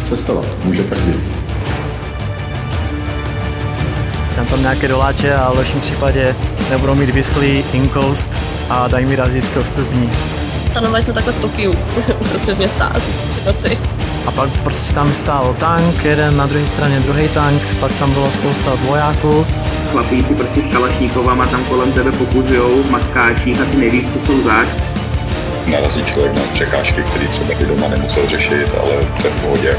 Cestovat může každý. Dám tam nějaké doláče a v lepším případě nebudou mít vysklý in-coast a dají mi razítko vstupní. Stanovali jsme takhle v Tokiu, uprostřed města, asi v 3 noci. A pak prostě tam stál tank, jeden na druhé straně druhý tank, pak tam bylo spousta vojáků. Chlapíci prostě s kalašníkovama tam kolem tebe pokuzujou v maskáčích a ty nevíš, co jsou zač. Narazí člověk na překážky, které třeba i doma nemusel řešit, ale to je v pohodě.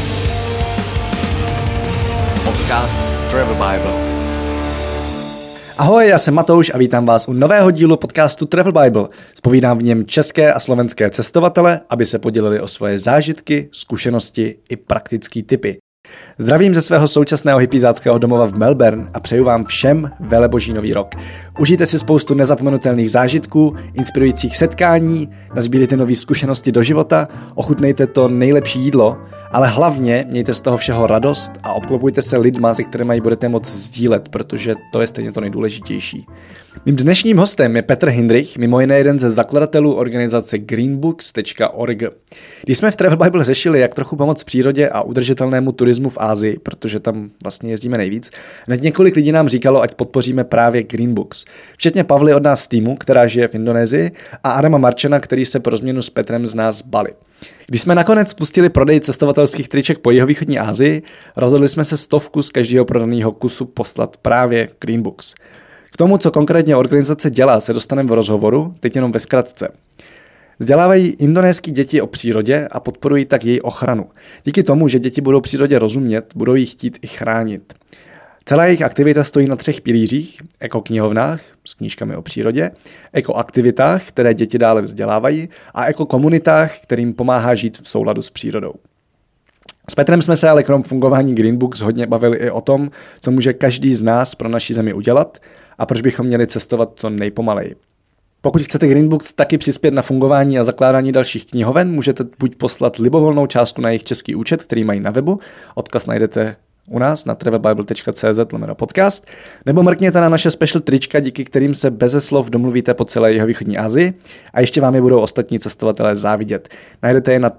Podcast Travel Bible. Ahoj, já jsem Matouš a vítám vás u nového dílu podcastu Travel Bible. Zpovídám v něm české a slovenské cestovatele, aby se podělili o svoje zážitky, zkušenosti i praktické tipy. Zdravím ze svého současného hippizáckého domova v Melbourne a přeju vám všem veleboží nový rok. Užijte si spoustu nezapomenutelných zážitků, inspirujících setkání, nazbírejte nové zkušenosti do života, ochutnejte to nejlepší jídlo, ale hlavně mějte z toho všeho radost a obklopujte se lidma, se kterými ji budete moct sdílet, protože to je stejně to nejdůležitější. Mým dnešním hostem je Petr Hindrich, mimo jiné jeden ze zakladatelů organizace greenbooks.org. Když jsme v Travel Bible řešili, jak trochu pomoct přírodě a udržitelnému turismu v Asii, protože tam vlastně jezdíme nejvíc, hned několik lidí nám říkalo, ať podpoříme právě Greenbooks. Včetně Pavly od nás z týmu, která žije v Indonésii, a Adama Marčana, který se pro změnu s Petrem zná z Bali. Když jsme nakonec spustili prodej cestovatelských triček po jihovýchodní Asii, rozhodli jsme se 100 z každého prodaného kusu poslat právě Greenbooks. K tomu, co konkrétně organizace dělá, se dostaneme v rozhovoru, teď jenom ve zkratce. Vzdělávají indonéské děti o přírodě a podporují tak její ochranu. Díky tomu, že děti budou přírodě rozumět, budou ji chtít i chránit. Celá jejich aktivita stojí na 3 pilířích: ekoknihovnách s knížkami o přírodě, ekoaktivitách, které děti dále vzdělávají, a ekokomunitách, kterým pomáhá žít v souladu s přírodou. S Petrem jsme se ale krom fungování Greenbooks hodně bavili i o tom, co může každý z nás pro naši zemi udělat a proč bychom měli cestovat co nejpomaleji. Pokud chcete Greenbooks taky přispět na fungování a zakládání dalších knihoven, můžete buď poslat libovolnou částku na jejich český účet, který mají na webu, odkaz najdete u nás na travelbible.cz/podcast, nebo mrkněte na naše special trička, díky kterým se beze slov domluvíte po celé jihovýchodní Asii a ještě vám je budou ostatní cestovatelé závidět. Najdete je na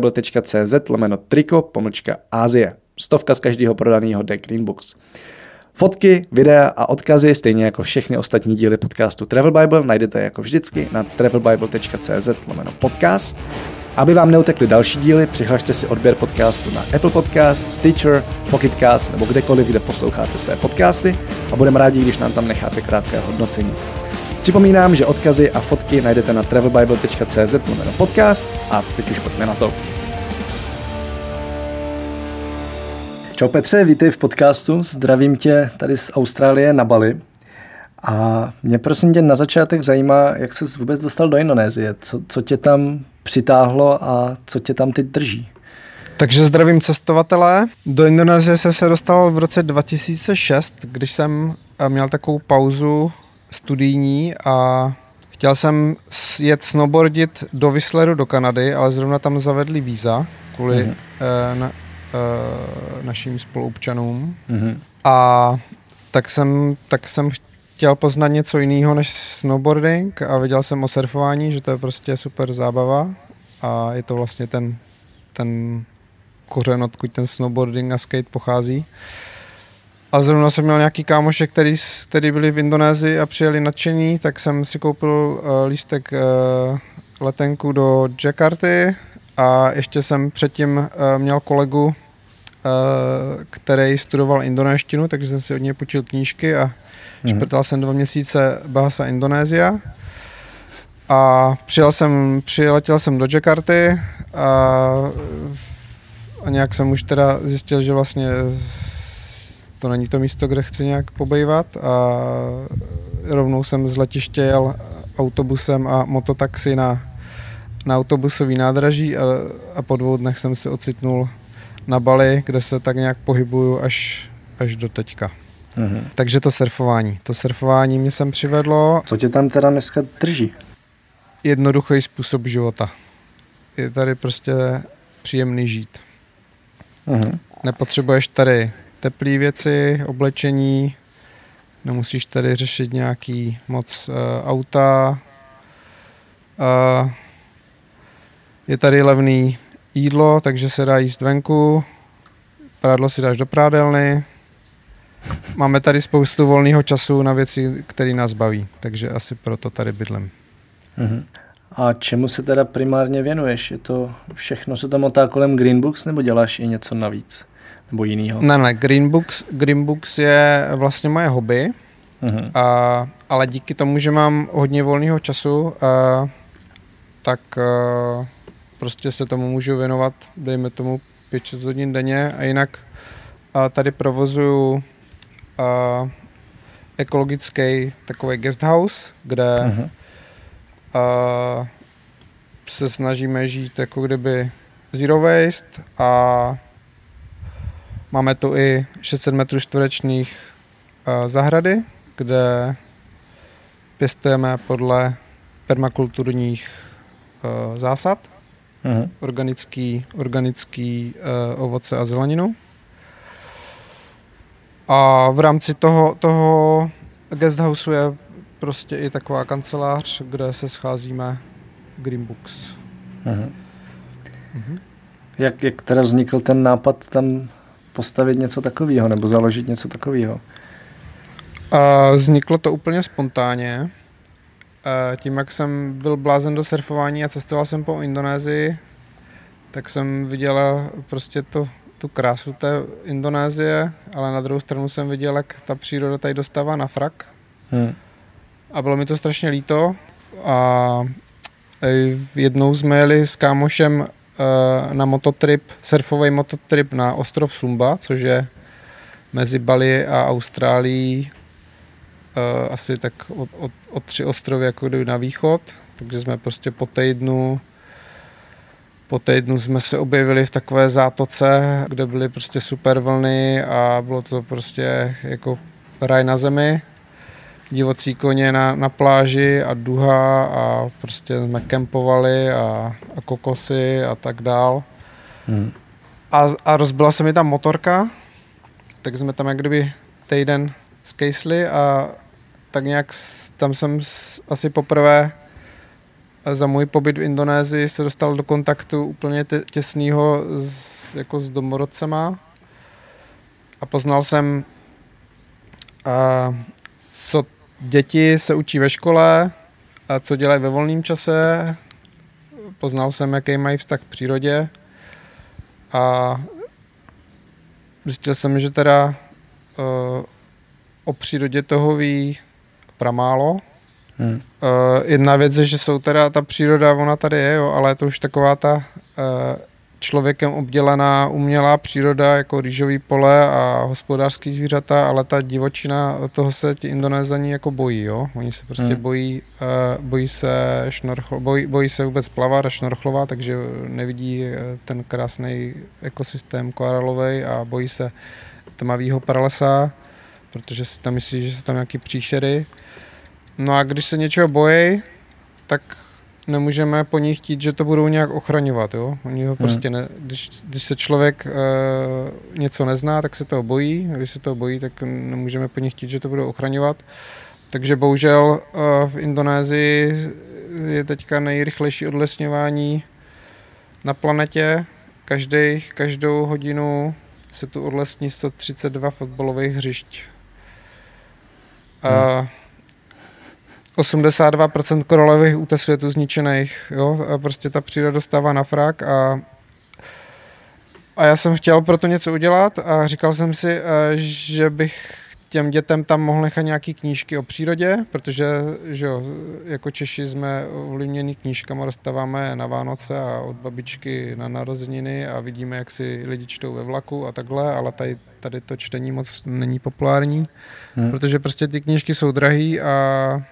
travelbible.cz/triko-Asie. 100 z každého prodaného jde Greenbooks. Fotky, videa a odkazy, stejně jako všechny ostatní díly podcastu Travel Bible, najdete jako vždycky na travelbible.cz/podcast. Aby vám neutekly další díly, přihlašte si odběr podcastu na Apple Podcast, Stitcher, Pocket Cast nebo kdekoliv, kde posloucháte své podcasty, a budeme rádi, když nám tam necháte krátké hodnocení. Připomínám, že odkazy a fotky najdete na travelbible.cz/podcast a teď už pojďme na to. Čau Petře, vítej v podcastu, zdravím tě tady z Austrálie na Bali. A mě prosím tě na začátek zajímá, jak ses vůbec dostal do Indonésie, co tě tam přitáhlo a co tě tam teď drží. Takže zdravím cestovatele. Do Indonésie jsem se dostal v roce 2006, když jsem měl takovou pauzu studijní a chtěl jsem jet snowboardit do Whistleru do Kanady, ale zrovna tam zavedli víza kvůli našim spoluobčanům. A tak jsem chtěl poznat něco jiného než snowboarding a viděl jsem o surfování, že to je prostě super zábava a je to vlastně ten kořen, odkud ten snowboarding a skate pochází. A zrovna jsem měl nějaký kámoše, který byli v Indonésii a přijeli nadšení, tak jsem si koupil lístek letenku do Jakarty a ještě jsem předtím měl kolegu, který studoval indonéštinu, takže jsem si od něj půjčil knížky a šprtal jsem 2 měsíce Bahasa Indonésia a přiletěl jsem do Jakarty a nějak jsem už teda zjistil, že vlastně to není to místo, kde chci nějak pobejvat, a rovnou jsem z letiště jel autobusem a mototaxi na autobusový nádraží a po 2 dnech jsem se ocitnul na Bali, kde se tak nějak pohybuju až do teďka. Takže to surfování mě sem přivedlo. Co tě tam teda dneska drží? Jednoduchý způsob života. Je tady prostě příjemný žít. Nepotřebuješ tady teplé věci, oblečení, nemusíš tady řešit nějaký moc auta. Je tady levný jídlo, takže se dá jíst venku, prádlo si dáš do prádelny. Máme tady spoustu volného času na věci, které nás baví, takže asi proto tady bydlím. A čemu se teda primárně věnuješ? Je to všechno se tam motá kolem Greenbooks, nebo děláš i něco navíc? Nebo jinýho? Ne, Greenbooks je vlastně moje hobby, ale díky tomu, že mám hodně volného času, tak prostě se tomu můžu věnovat, dejme tomu 5-6 hodin denně, a jinak tady provozuju ekologický takový guest house, kde se snažíme žít jako kdyby zero waste, a máme tu i 600 metrů čtverečných zahrady, kde pěstujeme podle permakulturních zásad organický ovoce a zeleninu. A v rámci toho guest houseu je prostě i taková kancelář, kde se scházíme Greenbooks. Jak teda vznikl ten nápad tam postavit něco takového nebo založit něco takového? Vzniklo to úplně spontánně. Tím, jak jsem byl blázen do surfování a cestoval jsem po Indonésii, tak jsem viděl prostě tu krásu té Indonésie, ale na druhou stranu jsem viděl, jak ta příroda tady dostává na frak. A bylo mi to strašně líto. A jednou jsme jeli s kámošem na mototrip, surfový mototrip na ostrov Sumba, což je mezi Bali a Austrálií asi tak o 3 ostrovy jako kdyby na východ. Takže jsme prostě po týdnu jsme se objevili v takové zátoce, kde byly prostě super vlny a bylo to prostě jako raj na zemi. Divocí koně na pláži a duha a prostě jsme kempovali a kokosy a tak dál. A rozbila se mi tam motorka, tak jsme tam jak kdyby týden skejsli a tak nějak tam jsem asi poprvé za můj pobyt v Indonésii se dostal do kontaktu úplně těsného jako s domorodcema a poznal jsem, co děti se učí ve škole a co dělají ve volném čase. Poznal jsem, jaký mají vztah k přírodě a zjistil jsem, že teda o přírodě toho ví pramálo. Jedna věc je, že jsou teda ta příroda, ona tady je, jo, ale je to už taková ta člověkem obdělaná umělá příroda, jako rýžový pole a hospodářský zvířata, ale ta divočina, toho se ti Indonézani jako bojí, jo. Oni se prostě bojí se vůbec plavat a šnorchlovat, takže nevidí ten krásný ekosystém koralovej a bojí se tmavýho pralesa, protože si tam myslí, že jsou tam nějaký příšery. No a když se něčeho bojí, tak nemůžeme po nich chtít, že to budou nějak ochraňovat, jo. Oni ho prostě když se člověk něco nezná, tak se toho bojí, a když se toho bojí, tak nemůžeme po nich chtít, že to budou ochraňovat. Takže bohužel v Indonésii je teďka nejrychlejší odlesňování na planetě. Každou hodinu se tu odlesní 132 fotbalových hřišť. 82% koralových útesů je tu zničených, jo, a prostě ta příroda dostává na frak a já jsem chtěl pro to něco udělat a říkal jsem si, že bych těm dětem tam mohl nechat nějaký knížky o přírodě, protože že jo, jako Češi jsme ovlivněni knížkama, dostáváme na Vánoce a od babičky na narozeniny a vidíme, jak si lidi čtou ve vlaku a takhle, ale tady to čtení moc není populární, protože prostě ty knížky jsou drahý a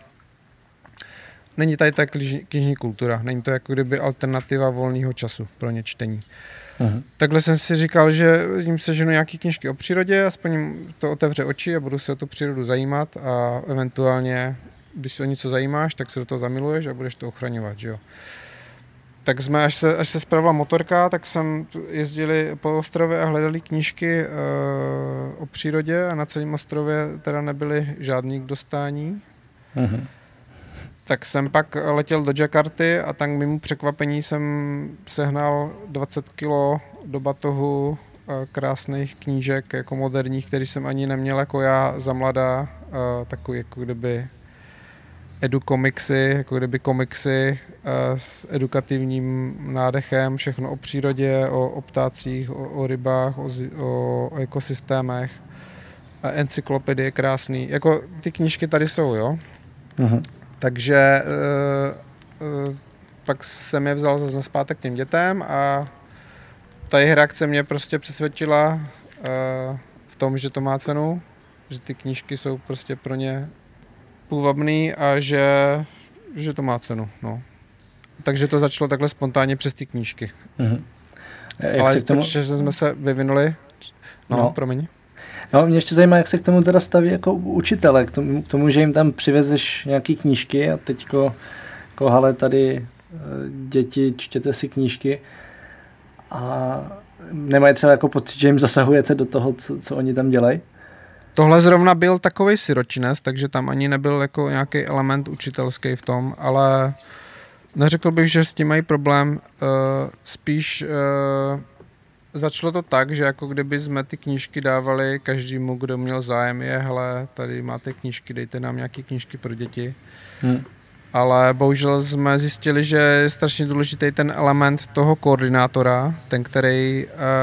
není tady ta knižní kultura, není to jako kdyby alternativa volného času pro ně čtení. Takhle jsem si říkal, že jim seženu nějaké knížky o přírodě, aspoň jim to otevře oči a budu se o tu přírodu zajímat a eventuálně, když se o něco zajímáš, tak se do toho zamiluješ a budeš to ochraňovat, že jo. Tak jsme, až se spravila motorka, tak jsem jezdili po ostrově a hledali knížky o přírodě a na celém ostrově teda nebyly žádný k dostání. Tak jsem pak letěl do Jakarty a tam k mému překvapení jsem sehnal 20 kilo do batohu krásných knížek, jako moderních, který jsem ani neměl jako já za mladá, takový jako kdyby edukomiksy, jako kdyby komiksy s edukativním nádechem, všechno o přírodě, o ptácích, o rybách, o ekosystémech. Encyklopedie krásný. Jako ty knížky tady jsou, jo? Uh-huh. Takže pak jsem je vzal zase nazpátek těm dětem a ta jejich reakce mě prostě přesvědčila v tom, že to má cenu, že ty knížky jsou prostě pro ně půvabný a že to má cenu, no. Takže to začalo takhle spontánně přes ty knížky. Uh-huh. Ale protože jsme se vyvinuli, no. Promiň. No, mě ještě zajímá, jak se k tomu teda staví jako učitele, k tomu, že jim tam přivezeš nějaký knížky a teďko jako hele, tady děti, čtěte si knížky a nemají třeba jako pocit, že jim zasahujete do toho, co oni tam dělají? Tohle zrovna byl takovej siročinec, takže tam ani nebyl jako nějaký element učitelský v tom, ale neřekl bych, že s tím mají problém, spíš začalo to tak, že jako kdyby jsme ty knížky dávali každému, kdo měl zájem, hele, tady máte knížky, dejte nám nějaké knížky pro děti. Ale bohužel jsme zjistili, že je strašně důležitý ten element toho koordinátora, ten, který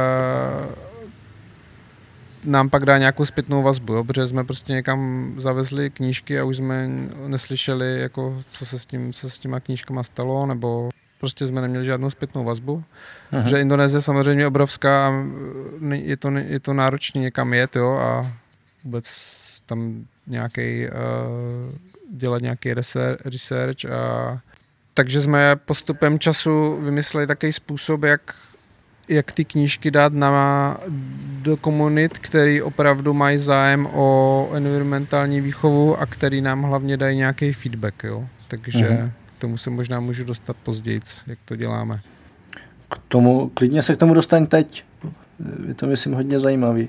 nám pak dá nějakou zpětnou vazbu, jo? Protože jsme prostě někam zavezli knížky a už jsme neslyšeli, jako, co se s těma knížkama stalo, nebo prostě jsme neměli žádnou zpětnou vazbu. Protože Indonésie je samozřejmě obrovská a je to náročné někam jet, jo, a vůbec tam dělat nějaký research a takže jsme postupem času vymysleli takový způsob, jak ty knížky dát do komunit, který opravdu mají zájem o environmentální výchovu a který nám hlavně dají nějaký feedback, jo. Takže k tomu se možná můžu dostat později, jak to děláme. Klidně se k tomu dostaň teď. Je to, myslím, hodně zajímavý.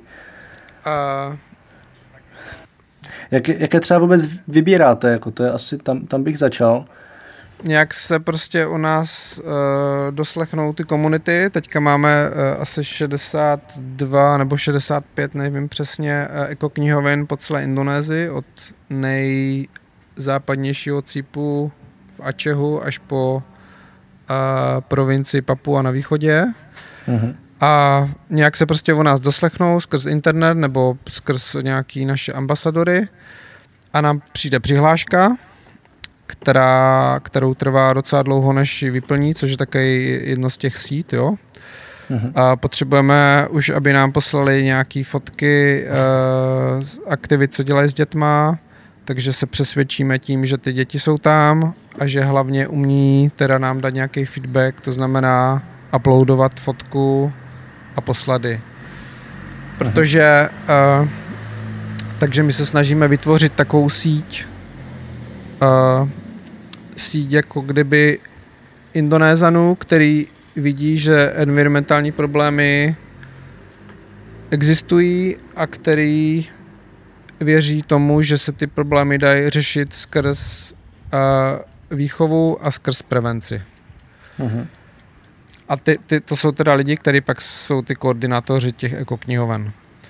Jaké třeba vůbec vybíráte? Jako to je asi, tam bych začal. Nějak se prostě u nás doslechnou ty komunity. Teďka máme asi 62 nebo 65, nevím přesně, ekoknihoven po celé Indonésii, od nejzápadnějšího cípu v Acéhu až po provincii Papua na východě. A nějak se prostě u nás doslechnou skrz internet nebo skrz nějaký naše ambasadory a nám přijde přihláška, kterou trvá docela dlouho, než ji vyplní, což je také jedno z těch sít, jo. A potřebujeme už, aby nám poslali nějaké fotky z aktivit, co dělají s dětma, takže se přesvědčíme tím, že ty děti jsou tam a že hlavně umí teda nám dát nějaký feedback, to znamená uploadovat fotku a poslat ji. Protože takže my se snažíme vytvořit takovou síť jako kdyby Indonézanů, který vidí, že environmentální problémy existují a který věří tomu, že se ty problémy dají řešit skrz výchovu a skrz prevenci. A to jsou teda lidi, kteří pak jsou ty koordinátoři těch ekoknihoven.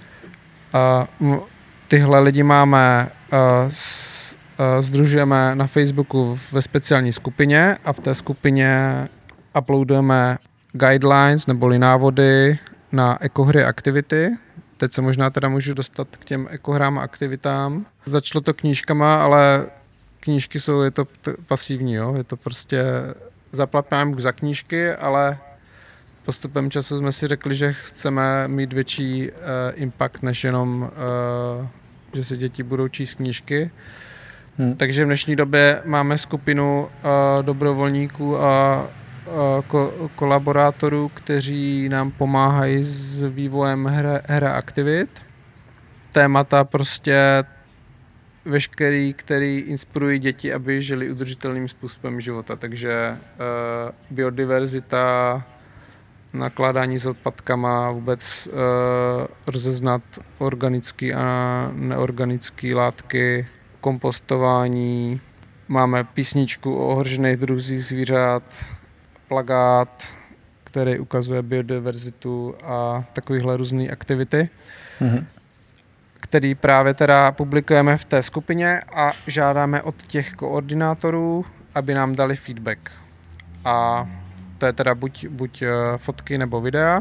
Tyhle lidi máme, sdružujeme na Facebooku ve speciální skupině a v té skupině uploadujeme guidelines neboli návody na ekohry aktivity. Teď se možná teda můžu dostat k těm ekohrám a aktivitám. Začalo to knížkama, ale knížky je to pasivní, jo? Je to prostě zaplatíme za knížky, ale postupem času jsme si řekli, že chceme mít větší impact, než jenom, že si děti budou číst knížky. Takže v dnešní době máme skupinu dobrovolníků a kolaborátorů, kteří nám pomáhají s vývojem her a aktivit. Témata prostě veškerý, který inspirují děti, aby žili udržitelným způsobem života. Takže biodiverzita, nakládání s odpadkama, vůbec rozeznat organické a neorganické látky, kompostování, máme písničku o ohrožených druzích zvířat, plakát, který ukazuje biodiverzitu a takovýchhle různé aktivity, který právě teda publikujeme v té skupině a žádáme od těch koordinátorů, aby nám dali feedback. A to je teda buď fotky nebo videa.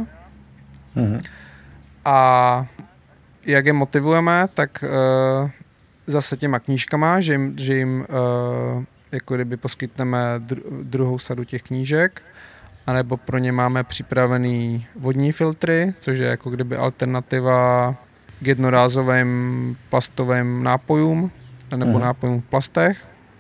A jak je motivujeme, tak zase těma knížkama, že jim jako kdyby poskytneme druhou sadu těch knížek, anebo pro ně máme připravený vodní filtry, což je jako kdyby alternativa k jednorázovým plastovým nápojům nebo nápojům v plastech.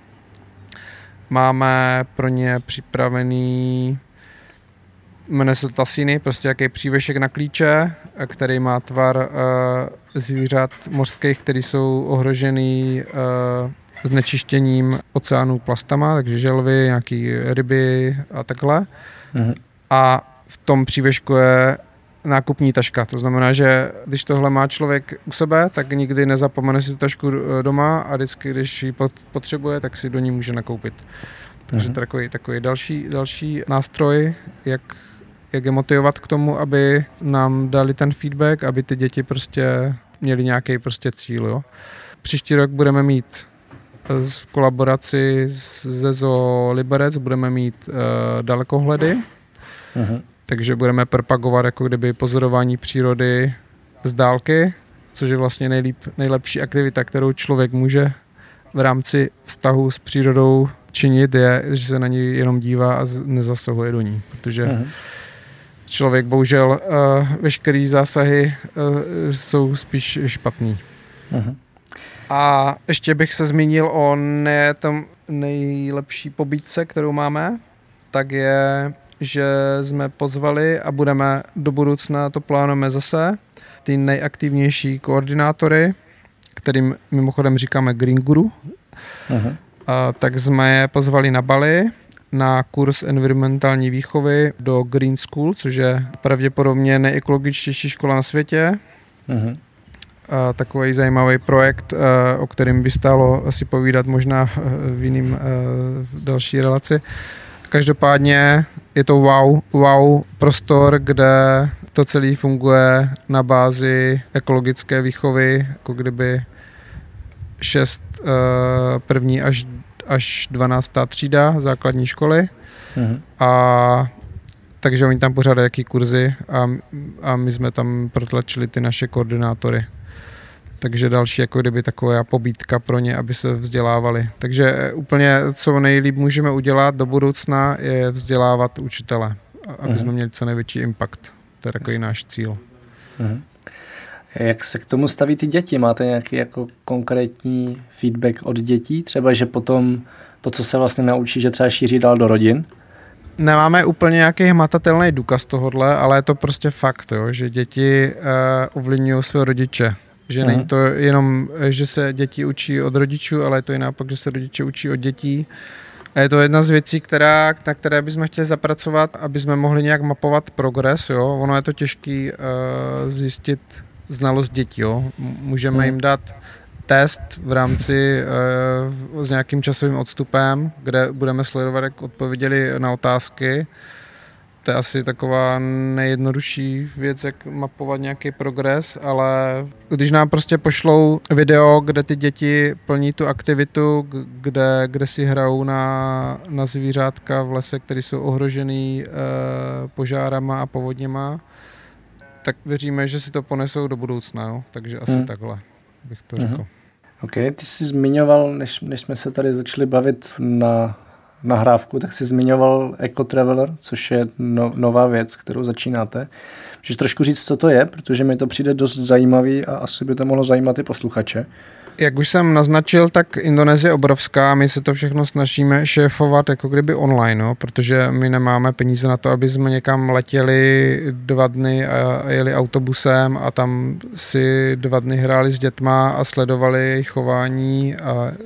Máme pro ně připravený, jmenuje se to tasíny, prostě jaký přívešek na klíče, který má tvar zvířat mořských, který jsou ohrožený znečištěním oceánů plastama, takže želvy, nějaký ryby a takhle. A v tom přívěšku je nákupní taška. To znamená, že když tohle má člověk u sebe, tak nikdy nezapomene si tu tašku doma a vždycky, když ji potřebuje, tak si do ní může nakoupit. Takže to je takový další nástroj, jak je motivovat k tomu, aby nám dali ten feedback, aby ty děti prostě měly nějaký prostě cíl. Jo. Příští rok budeme mít v kolaboraci se Zoo Liberec budeme mít dalekohledy, takže budeme propagovat jako kdyby pozorování přírody z dálky, což je vlastně nejlepší aktivita, kterou člověk může v rámci vztahu s přírodou činit, je, že se na ní jenom dívá a nezasahuje do ní, protože člověk bohužel veškerý zásahy jsou spíš špatný. A ještě bych se zmínil o tom nejlepší pobídce, kterou máme, tak je, že jsme pozvali a budeme do budoucna, to plánujeme zase, ty nejaktivnější koordinátory, kterým mimochodem říkáme Green Guru, tak jsme je pozvali na Bali na kurz environmentální výchovy do Green School, což je pravděpodobně nejekologičtější škola na světě. Takový zajímavý projekt, o kterém by stálo asi povídat možná v jiným další relaci. Každopádně je to wow prostor, kde to celé funguje na bázi ekologické výchovy, jako kdyby 6 první až 12. třída základní školy. A takže oni tam pořádají jaký kurzy a my jsme tam protlačili ty naše koordinátory. Takže další jako kdyby taková pobídka pro ně, aby se vzdělávali. Takže úplně co nejlíp můžeme udělat do budoucna je vzdělávat učitele, aby jsme měli co největší impact. To je takový náš cíl. Jak se k tomu staví ty děti? Máte nějaký jako konkrétní feedback od dětí? Třeba, že potom to, co se vlastně naučí, že třeba šíří dál do rodin? Nemáme úplně nějaký hmatatelný důkaz tohodle, ale je to prostě fakt, jo, že děti ovlivňují své rodiče. Že není to jenom, že se děti učí od rodičů, ale je to i naopak, že se rodiče učí od dětí. A je to jedna z věcí, na které bychom chtěli zapracovat, aby jsme mohli nějak mapovat progres. Jo. Ono je to těžké zjistit znalost dětí. Jo. Můžeme jim dát test v rámci s nějakým časovým odstupem, kde budeme sledovat, jak odpověděli na otázky. To je asi taková nejjednodušší věc, jak mapovat nějaký progres, ale když nám prostě pošlou video, kde ty děti plní tu aktivitu, kde si hrajou na zvířátka v lese, které jsou ohrožený požárama a povodněma, tak věříme, že si to ponesou do budoucna, jo? Takže asi takhle bych to řekl. OK, ty jsi zmiňoval, než jsme se tady začali bavit na nahrávku, tak jsi zmiňoval Eco Traveler, což je nová věc, kterou začínáte. Můžeš trošku říct, co to je, protože mi to přijde dost zajímavý a asi by to mohlo zajímat i posluchače. Jak už jsem naznačil, tak Indonésie je obrovská, my se to všechno snažíme šéfovat jako kdyby online, no, protože my nemáme peníze na to, aby jsme někam letěli 2 dny a jeli autobusem a tam si 2 dny hráli s dětma a sledovali jejich chování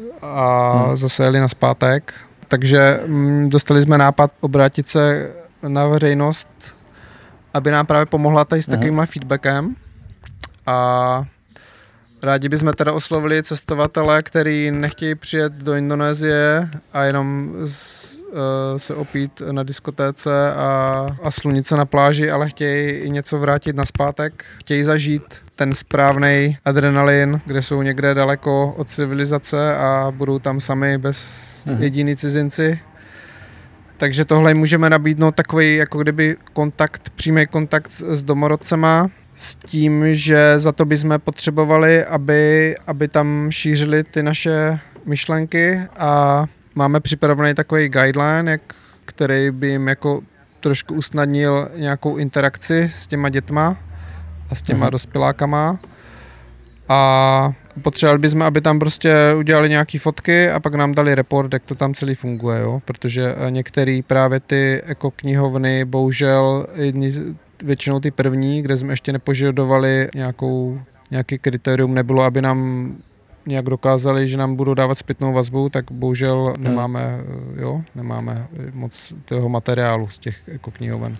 a zase jeli nazpátek. Takže dostali jsme nápad obrátit se na veřejnost, aby nám právě pomohla tady s takovýmhle feedbackem a Rádi bychom teda oslovili cestovatele, který nechtějí přijet do Indonésie a jenom se opít na diskotéce a slunit se na pláži, ale chtějí i něco vrátit nazpátek. Chtějí zažít ten správný adrenalin, kde jsou někde daleko od civilizace a budou tam sami bez jediný cizinci. Takže tohle můžeme nabídnout takový jako kdyby přímý kontakt s domorodcema, s tím, že za to bychom potřebovali, aby tam šířili ty naše myšlenky a máme připravený takový guideline, který by jim jako trošku usnadnil nějakou interakci s těma dětma a s těma dospělákama. A potřebovali bychom, aby tam prostě udělali nějaký fotky a pak nám dali report, jak to tam celý funguje, jo? Protože některé právě ty ekoknihovny, bohužel většinou ty první, kde jsme ještě nepožadovali nějaký kritérium, nebylo, aby nám nějak dokázali, že nám budou dávat zpětnou vazbu, tak bohužel nemáme moc toho materiálu z těch ekoknihoven.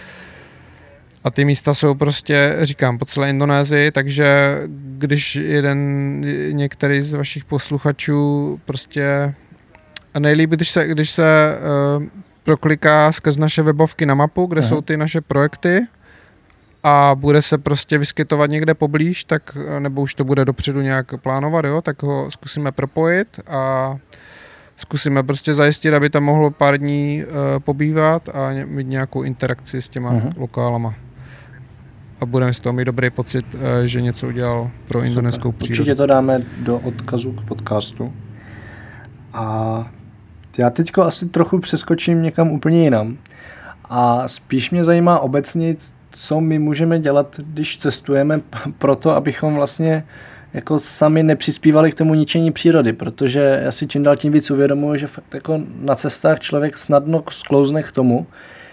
A ty místa jsou prostě, říkám, po celé Indonésii, takže když některý z vašich posluchačů prostě a nejlíp, když se prokliká skrz naše webovky na mapu, kde jsou ty naše projekty a bude se prostě vyskytovat někde poblíž, tak nebo už to bude dopředu nějak plánovat, jo, tak ho zkusíme propojit a zkusíme prostě zajistit, aby tam mohlo pár dní pobývat a mít nějakou interakci s těma lokálama. A budeme z toho mít dobrý pocit, že něco udělal pro indonéskou přírodu. Určitě to dáme do odkazu k podcastu. A já teďko asi trochu přeskočím někam úplně jinam. A spíš mě zajímá obecně, co my můžeme dělat, když cestujeme proto, abychom vlastně jako sami nepřispívali k tomu ničení přírody, protože já si čím dál tím víc uvědomuji, že fakt jako na cestách člověk snadno sklouzne k tomu,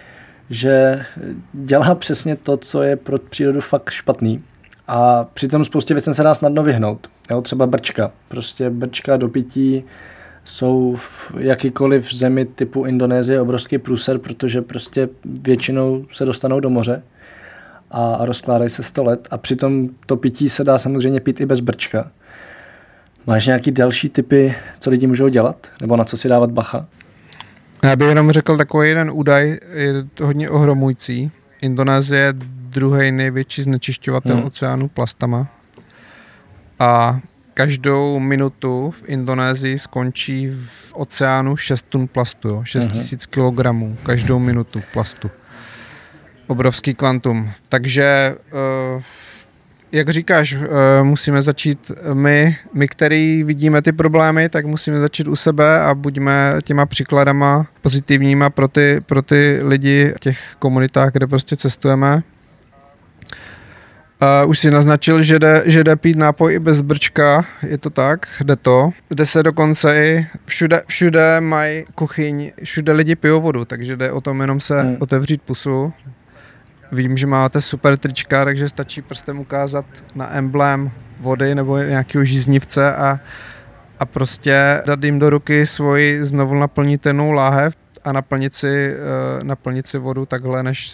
že dělá přesně to, co je pro přírodu fakt špatný. A přitom spoustě věcem se dá snadno vyhnout. Jo, třeba brčka. Prostě brčka do pití jsou v jakýkoliv zemi typu Indonésie obrovský průser, protože prostě většinou se dostanou do moře a rozkládají se 100 let. A přitom to pití se dá samozřejmě pít i bez brčka. Máš nějaký další tipy, co lidi můžou dělat? Nebo na co si dávat bacha? Já bych jenom řekl takový jeden údaj, je hodně ohromující. Indonésie je druhý největší znečišťovatel oceánu plastama. A každou minutu v Indonésii skončí v oceánu 6 tun plastu, jo? 6 000 kilogramů každou minutu plastu. Obrovský kvantum. Takže, jak říkáš, musíme začít my, který vidíme ty problémy, tak musíme začít u sebe a buďme těma příkladama pozitivníma pro ty lidi v těch komunitách, kde prostě cestujeme. Už si naznačil, že jde pít nápoj i bez brčka, je to tak, jde se dokonce i všude mají kuchyň, všude lidi pijou vodu, takže jde o tom jenom se otevřít pusu. Vím, že máte super trička, takže stačí prstem ukázat na emblém vody nebo nějakého žíznivce a prostě dát jim do ruky svoji znovu naplnitelnou láhev a naplnit si vodu takhle, než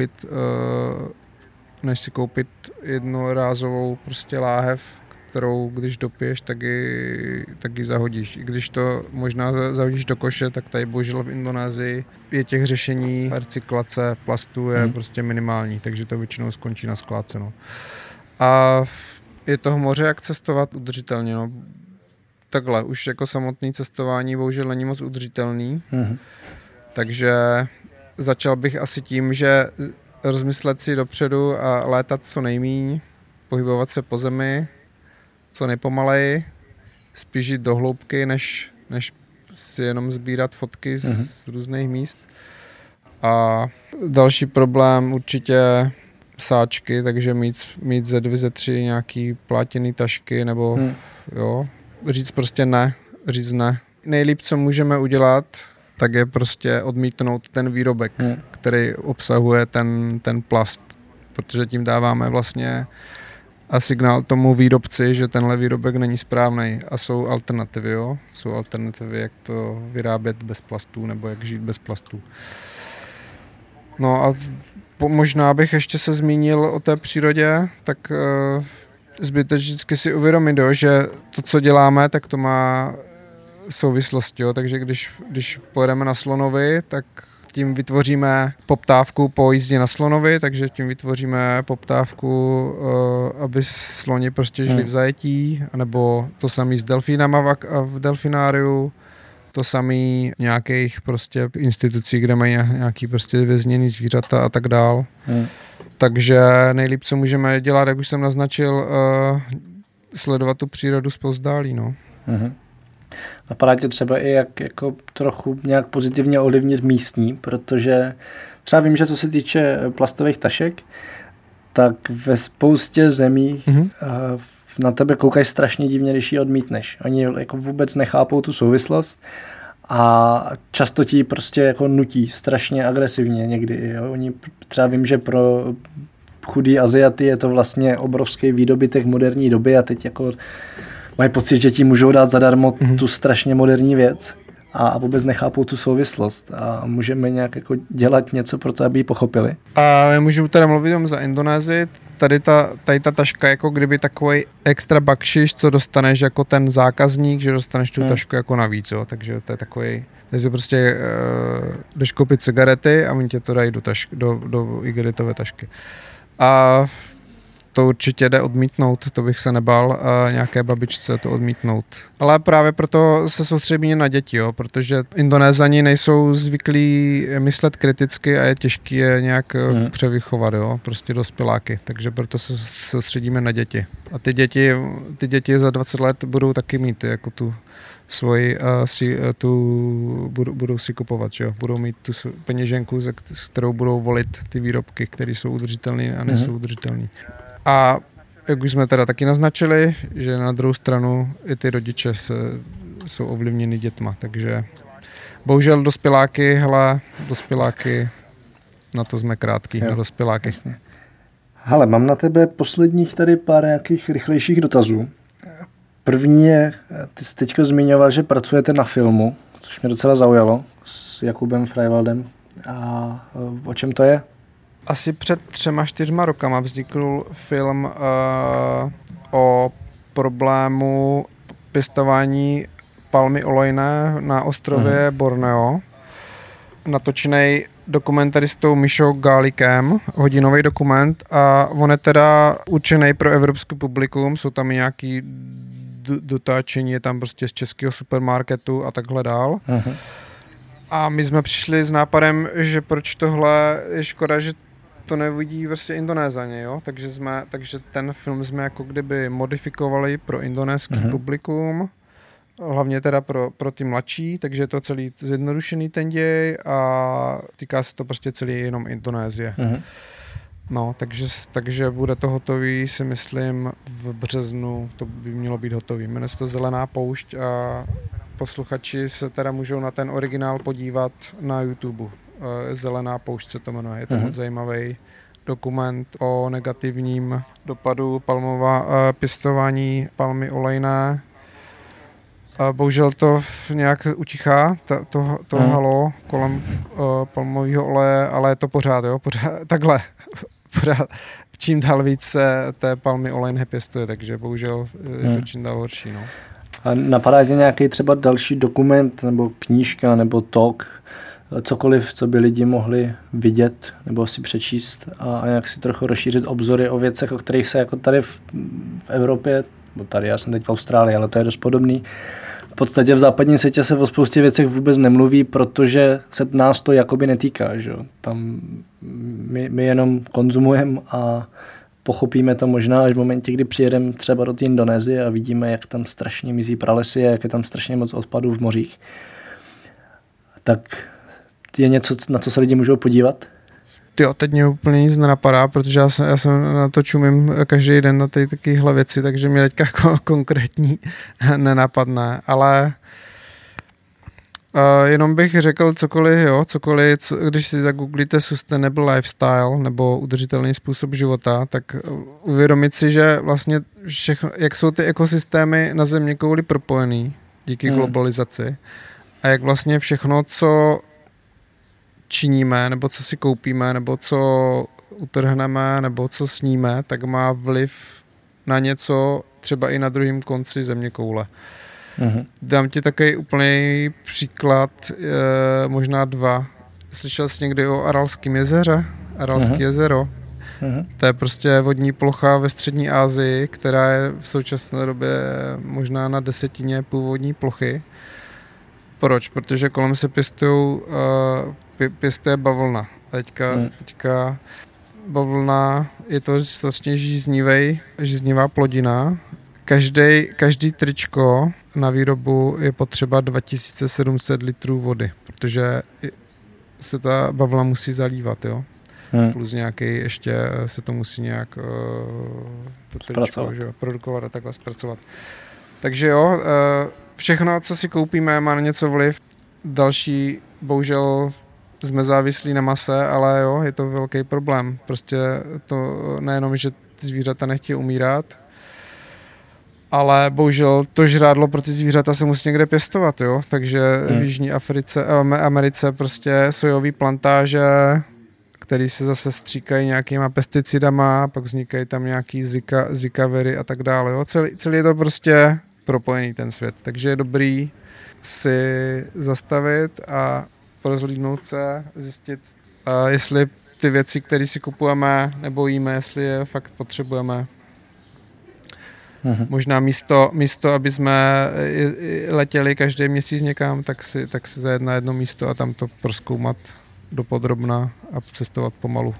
si koupit jednorázovou prostě láhev, kterou když dopiješ, tak ji zahodíš. I když to možná zahodíš do koše, tak tady bohužel v Indonésii je těch řešení recyklace plastů je prostě minimální, takže to většinou skončí na skládce. No. A je toho moře, jak cestovat udržitelně. No. Takhle, už jako samotné cestování bohužel není moc udržitelný, takže začal bych asi tím, že rozmyslet si dopředu a létat co nejmíň, pohybovat se po zemi, co nejpomaleji, spíš jít do hloubky, než si jenom sbírat fotky z různých míst. A další problém určitě sáčky, takže mít ze 2, ze 3 nějaký plátěný tašky, nebo říct prostě ne, říct ne. Nejlíp, co můžeme udělat, tak je prostě odmítnout ten výrobek, který obsahuje ten plast, protože tím dáváme vlastně a signál tomu výrobci, že tenhle výrobek není správný a jsou alternativy, jo? Jsou alternativy, jak to vyrábět bez plastů nebo jak žít bez plastů. No a možná bych ještě se zmínil o té přírodě, tak zbytečně si uvědomit, že to, co děláme, tak to má souvislosti. Jo? Takže když pojedeme na slonovi, tak tím vytvoříme poptávku po jízdě na slonovi, takže tím vytvoříme poptávku, aby sloni prostě žili v zajetí, nebo to samý s delfínama v delfináriu, to samý nějakých prostě institucí, kde mají nějaký prostě vězněný zvířata a tak dál. Takže nejlíp, co můžeme dělat, jak už jsem naznačil, sledovat tu přírodu zpovzdálí, no. Napadá tě třeba i jak jako trochu nějak pozitivně ovlivnit místní, protože třeba vím, že co se týče plastových tašek, tak ve spoustě zemí na tebe koukají strašně divně, když ji odmítneš. Oni jako vůbec nechápou tu souvislost a často ti prostě jako nutí strašně agresivně někdy. Jo? Oni třeba vím, že pro chudý Aziaty je to vlastně obrovský výdobytek moderní doby a teď jako mají pocit, že ti můžou dát zadarmo tu strašně moderní věc a vůbec nechápou tu souvislost a můžeme nějak jako dělat něco pro to, aby ji pochopili. A já můžu teda mluvit za Indonésii. Tady ta taška jako kdyby takový extra bakšiš, co dostaneš jako ten zákazník, že dostaneš tu tašku jako navíc, jo. Takže to je takový, takže prostě jdeš koupit cigarety a oni tě to dají do igelitové tašky. A to určitě jde odmítnout, to bych se nebál nějaké babičce to odmítnout. Ale právě proto se soustředíme na děti, jo, protože Indonézani nejsou zvyklí myslet kriticky a je těžké je nějak převychovat, jo, prostě dospěláky, takže proto se soustředíme na děti. A ty děti za 20 let budou taky mít jako tu svoji, budou si kupovat, že jo? Budou mít tu peněženku, s kterou budou volit ty výrobky, které jsou udržitelné a nejsou udržitelné. A jak už jsme teda taky naznačili, že na druhou stranu i ty rodiče jsou ovlivněny dětma, takže bohužel dospěláky, na to jsme krátký, na dospěláky. Jasně. Hele, mám na tebe posledních tady pár nějakých rychlejších dotazů. První je, ty jsi teďka zmiňoval, že pracujete na filmu, což mě docela zaujalo, s Jakubem Freiwaldem. A o čem to je? Asi před 3-4 rokama vznikl film o problému pěstování palmy olejné na ostrově Borneo. Natočený dokumentaristou Mišou Gálikem, hodinový dokument, a on je teda určený pro evropské publikum, jsou tam nějaký dotáčení, je tam prostě z českého supermarketu a takhle dál. A my jsme přišli s nápadem, že proč tohle je škoda, že to nevidí vlastně Indonézani, jo? Takže ten film jsme jako kdyby modifikovali pro indonéský publikum, hlavně teda pro ty mladší, takže je to celý zjednodušený ten děj a týká se to prostě celý jenom Indonésie. No, takže bude to hotový, si myslím, v březnu to by mělo být hotový. Jmenuje se to Zelená poušť a posluchači se teda můžou na ten originál podívat na YouTube. Zelená poušť se to jmenuje. Je to moc zajímavý dokument o negativním dopadu pěstování palmy olejné. Bohužel to nějak utichá, to halo kolem palmového oleje, ale je to pořád, jo, takhle. Pořád, čím dál víc se té palmy olejné pěstuje, takže bohužel je to čím dál horší. No. A napadá tě nějaký třeba další dokument, nebo knížka, nebo talk, cokoliv, co by lidi mohli vidět, nebo si přečíst a jak si trochu rozšířit obzory o věcech, o kterých se jako tady v Evropě, nebo tady, já jsem teď v Austrálii, ale to je dost podobný, v podstatě v západním světě se o spoustě věcech vůbec nemluví, protože se nás to jakoby netýká. Že? Tam my jenom konzumujeme a pochopíme to možná až v momentě, kdy přijedeme třeba do té Indonésie a vidíme, jak tam strašně mizí pralesy a jak je tam strašně moc odpadů v mořích. Tak je něco, na co se lidi můžou podívat? Jo, teď mě úplně nic nenapadá, protože já jsem na to čumím každý den na ty takovéhle věci, takže mě teďka konkrétní nenapadne, ale jenom bych řekl cokoliv, když si zagooglíte sustainable lifestyle nebo udržitelný způsob života, tak uvědomit si, že vlastně všechno, jak jsou ty ekosystémy na zeměkouli propojený díky globalizaci a jak vlastně všechno, co činíme, nebo co si koupíme, nebo co utrhneme, nebo co sníme, tak má vliv na něco třeba i na druhém konci zeměkoule. Dám ti takový úplný příklad, možná 2. Slyšel jsi někdy o Aralském jezeře? Aralské jezero. To je prostě vodní plocha ve střední Asii, která je v současné době možná na 10% původní plochy. Proč? Protože kolem se pěstuje bavlna. Teďka bavlna je to vlastně žíznivá plodina. Každý tričko na výrobu je potřeba 2700 litrů vody, protože se ta bavlna musí zalívat, jo. Plus nějaký ještě se to musí nějak to tričko, že jo, produkovat a takhle zpracovat. Takže jo, všechno, co si koupíme, má na něco vliv. Další, bohužel, jsme závislí na mase, ale jo, je to velký problém. Prostě to nejenom, že ty zvířata nechtějí umírat, ale bohužel to žrádlo pro ty zvířata se musí někde pěstovat, jo. Takže v Jižní Americe prostě sojové plantáže, které se zase stříkají nějakýma pesticidama, pak vznikají tam nějaký zika viry a tak dále, jo. Celý je to prostě propojený ten svět, takže je dobrý si zastavit a porozhlídnout se, zjistit, jestli ty věci, které si kupujeme nebo jíme, jestli je fakt potřebujeme. Možná místo, aby jsme letěli každý měsíc někam, tak si zajet na jedno místo a tam to prozkoumat dopodrobna a cestovat pomalu.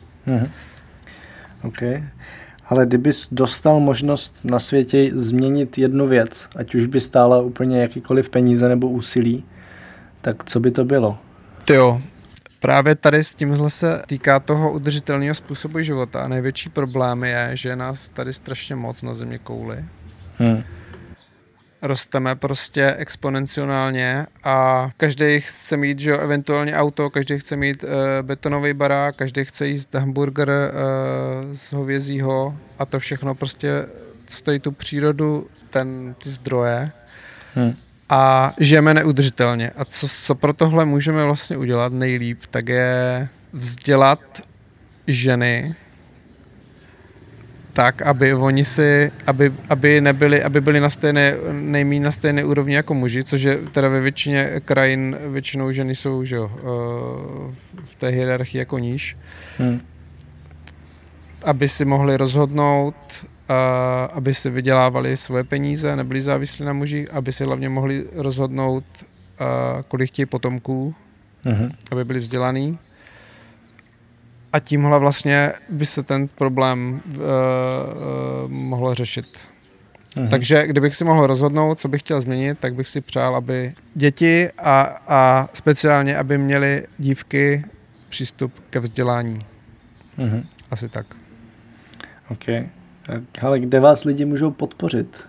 OK. Ale kdybys dostal možnost na světě změnit jednu věc, ať už by stála úplně jakýkoliv peníze nebo úsilí, tak co by to bylo? Jo, právě tady s tímhle se týká toho udržitelného způsobu života. A největší problém je, že je nás tady strašně moc na zeměkouli. Rosteme prostě exponenciálně a každý chce mít, že jo, eventuálně auto, každý chce mít betonový barák, každý chce jíst hamburger z hovězího a to všechno prostě stojí tu přírodu, ty zdroje a žijeme neudržitelně. A co pro tohle můžeme vlastně udělat nejlíp, tak je vzdělat ženy tak, aby oni aby byli nejméně na stejné úrovni jako muži, což je teda ve většině krajin, většinou ženy jsou, že jo, v té hierarchii jako níž. Aby si mohli rozhodnout, aby si vydělávali svoje peníze, nebyli závislí na muži, aby si hlavně mohli rozhodnout, kolik chtějí potomků, aby byli vzdělaný. A tímhle vlastně by se ten problém mohl řešit. Takže kdybych si mohl rozhodnout, co bych chtěl změnit, tak bych si přál, aby děti a speciálně, aby měly dívky přístup ke vzdělání. Asi tak. OK. Ale kde vás lidi můžou podpořit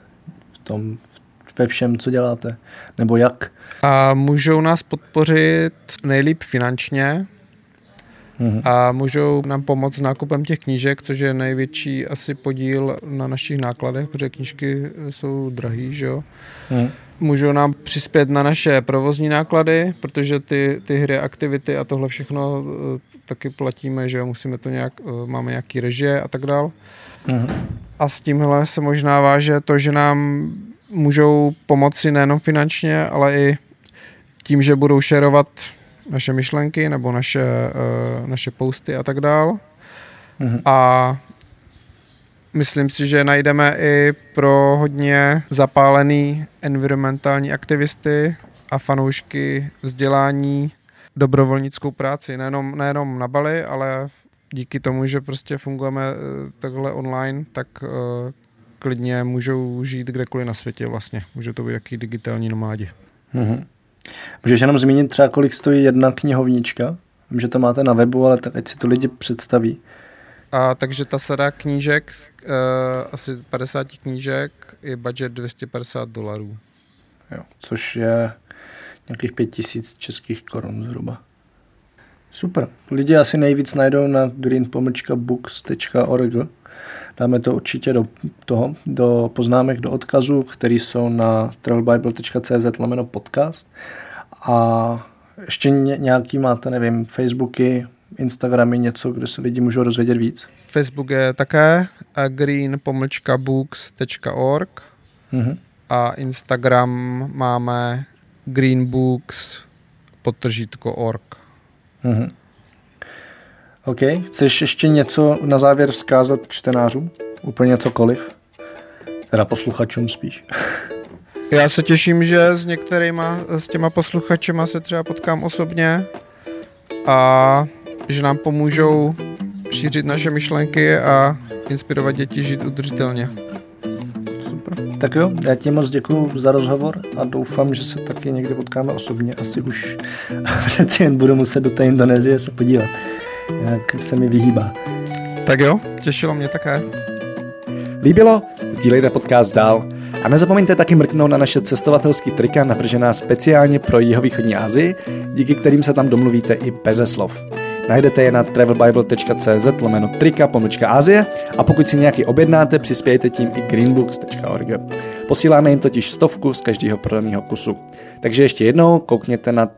ve všem, co děláte? Nebo jak? A můžou nás podpořit nejlíp finančně, a můžou nám pomoct s nákupem těch knížek, což je největší asi podíl na našich nákladech, protože knížky jsou drahý, že jo. Můžou nám přispět na naše provozní náklady, protože ty hry, aktivity a tohle všechno taky platíme, že jo, máme nějaký režie a tak dál. A s tímhle se možná váže to, že nám můžou pomoci nejenom finančně, ale i tím, že budou šerovat naše myšlenky nebo naše posty a tak dál. A myslím si, že najdeme i pro hodně zapálený environmentální aktivisty a fanoušky vzdělání dobrovolnickou práci. Nejenom na Bali, ale díky tomu, že prostě fungujeme takhle online, tak klidně můžou žít kdekoliv na světě vlastně. Může to být taky digitální nomádi. Můžeš jenom zmínit třeba, kolik stojí jedna knihovnička? Vím, že to máte na webu, ale tak ať si to lidi představí. Takže ta sada knížek, asi 50 knížek, je budget $250. Jo, což je nějakých 5000 českých korun zhruba. Super. Lidi asi nejvíc najdou na green-books.org. Dáme to určitě do poznámek, do odkazu, který jsou na travelbible.cz/podcast. A ještě nějaký máte, nevím, Facebooky, Instagram je něco, kde se lidi můžou dozvědět víc? Facebook je také green-books.org a Instagram máme greenbooks_org. OK. Chceš ještě něco na závěr vzkázat čtenářům? Úplně cokoliv? Teda posluchačům spíš. Já se těším, že s těma posluchačema se třeba potkám osobně a že nám pomůžou šířit naše myšlenky a inspirovat děti žít udržitelně. Super. Tak jo, já ti moc děkuju za rozhovor a doufám, že se taky někdy potkáme osobně. Asi už přeci jen budu muset do té Indonésie se podívat. Jak se mi vyhýbá. Tak jo, těšilo mě také. Líbilo? Sdílejte podcast dál. A nezapomeňte taky mrknout na naše cestovatelský trika navržená speciálně pro jihovýchodní Asii, díky kterým se tam domluvíte i beze slov. Najdete je na travelbible.cz/trika-Asie a pokud si nějaký objednáte, přispějte tím i greenbooks.org. Posíláme jim totiž 100 z každého prodaného kusu. Takže ještě jednou koukněte na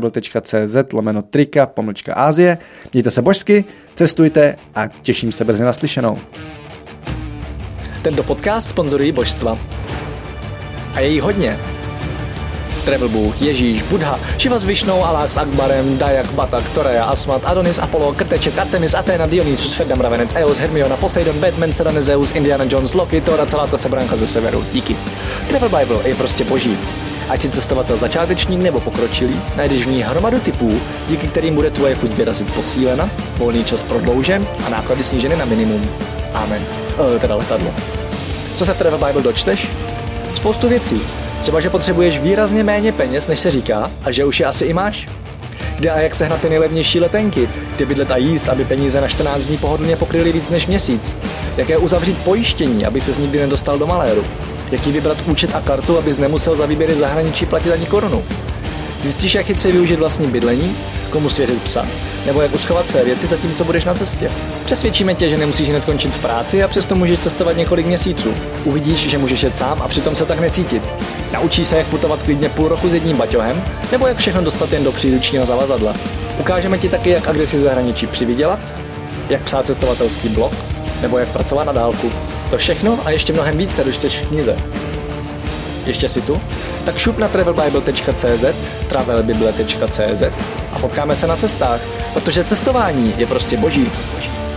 travelbible.cz/trika-Asie. Mějte se božsky, cestujte a těším se brzy naslyšenou. Tento podcast sponzorují božstva. A je jí hodně. Travel Bůh, Ježíš, Buddha, Šiva s Višnou, Alák s Akbarem, Dajak, Batak, Toreja, Asmat, Adonis, Apollo, Krteček, Artemis, Athena, Dionysus, Ferdam, Ravenec, Eos, Hermiona, Poseidon, Batman, Serena, Zeus, Indiana Jones, Loki, Thor a celá ta sebranka ze severu. Díky. Travel Bible je prostě boží. Ať si cestovatel začátečník nebo pokročilý, najdeš v ní hromadu typů, díky kterým bude tvoje chuť vyrazit posílena, volný čas prodloužen a náklady sníženy na minimum. Amen. Teda letadlo. Co se v Travel Bible dočteš? Spoustu věcí. Třeba, že potřebuješ výrazně méně peněz, než se říká, a že už je asi i máš. Kde a jak sehnat ty nejlevnější letenky, kde bydlet a jíst, aby peníze na 14 dní pohodlně pokryly víc než měsíc. Jaké uzavřít pojištění, aby ses nikdy nedostal do maléru. Jaký vybrat účet a kartu, abys nemusel za výběry v zahraničí platit ani korunu. Zjistíš, jak chytře využít vlastní bydlení, komu svěřit psa, nebo jak uschovat své věci zatímco budeš na cestě. Přesvědčíme tě, že nemusíš hned končit v práci a přesto můžeš cestovat několik měsíců. Uvidíš, že můžeš jet sám a přitom se tak necítit. Naučíš se, jak putovat klidně půl roku s jedním baťohem, nebo jak všechno dostat jen do příručního zavazadla. Ukážeme ti taky, jak a kde si v zahraničí přivydělat, jak psát cestovatelský blog, nebo jak pracovat na dálku. To všechno a ještě mnohem víc se dočteš v knize. Ještě si tu? Tak šup na travelbible.cz, travelbible.cz a potkáme se na cestách, protože cestování je prostě boží.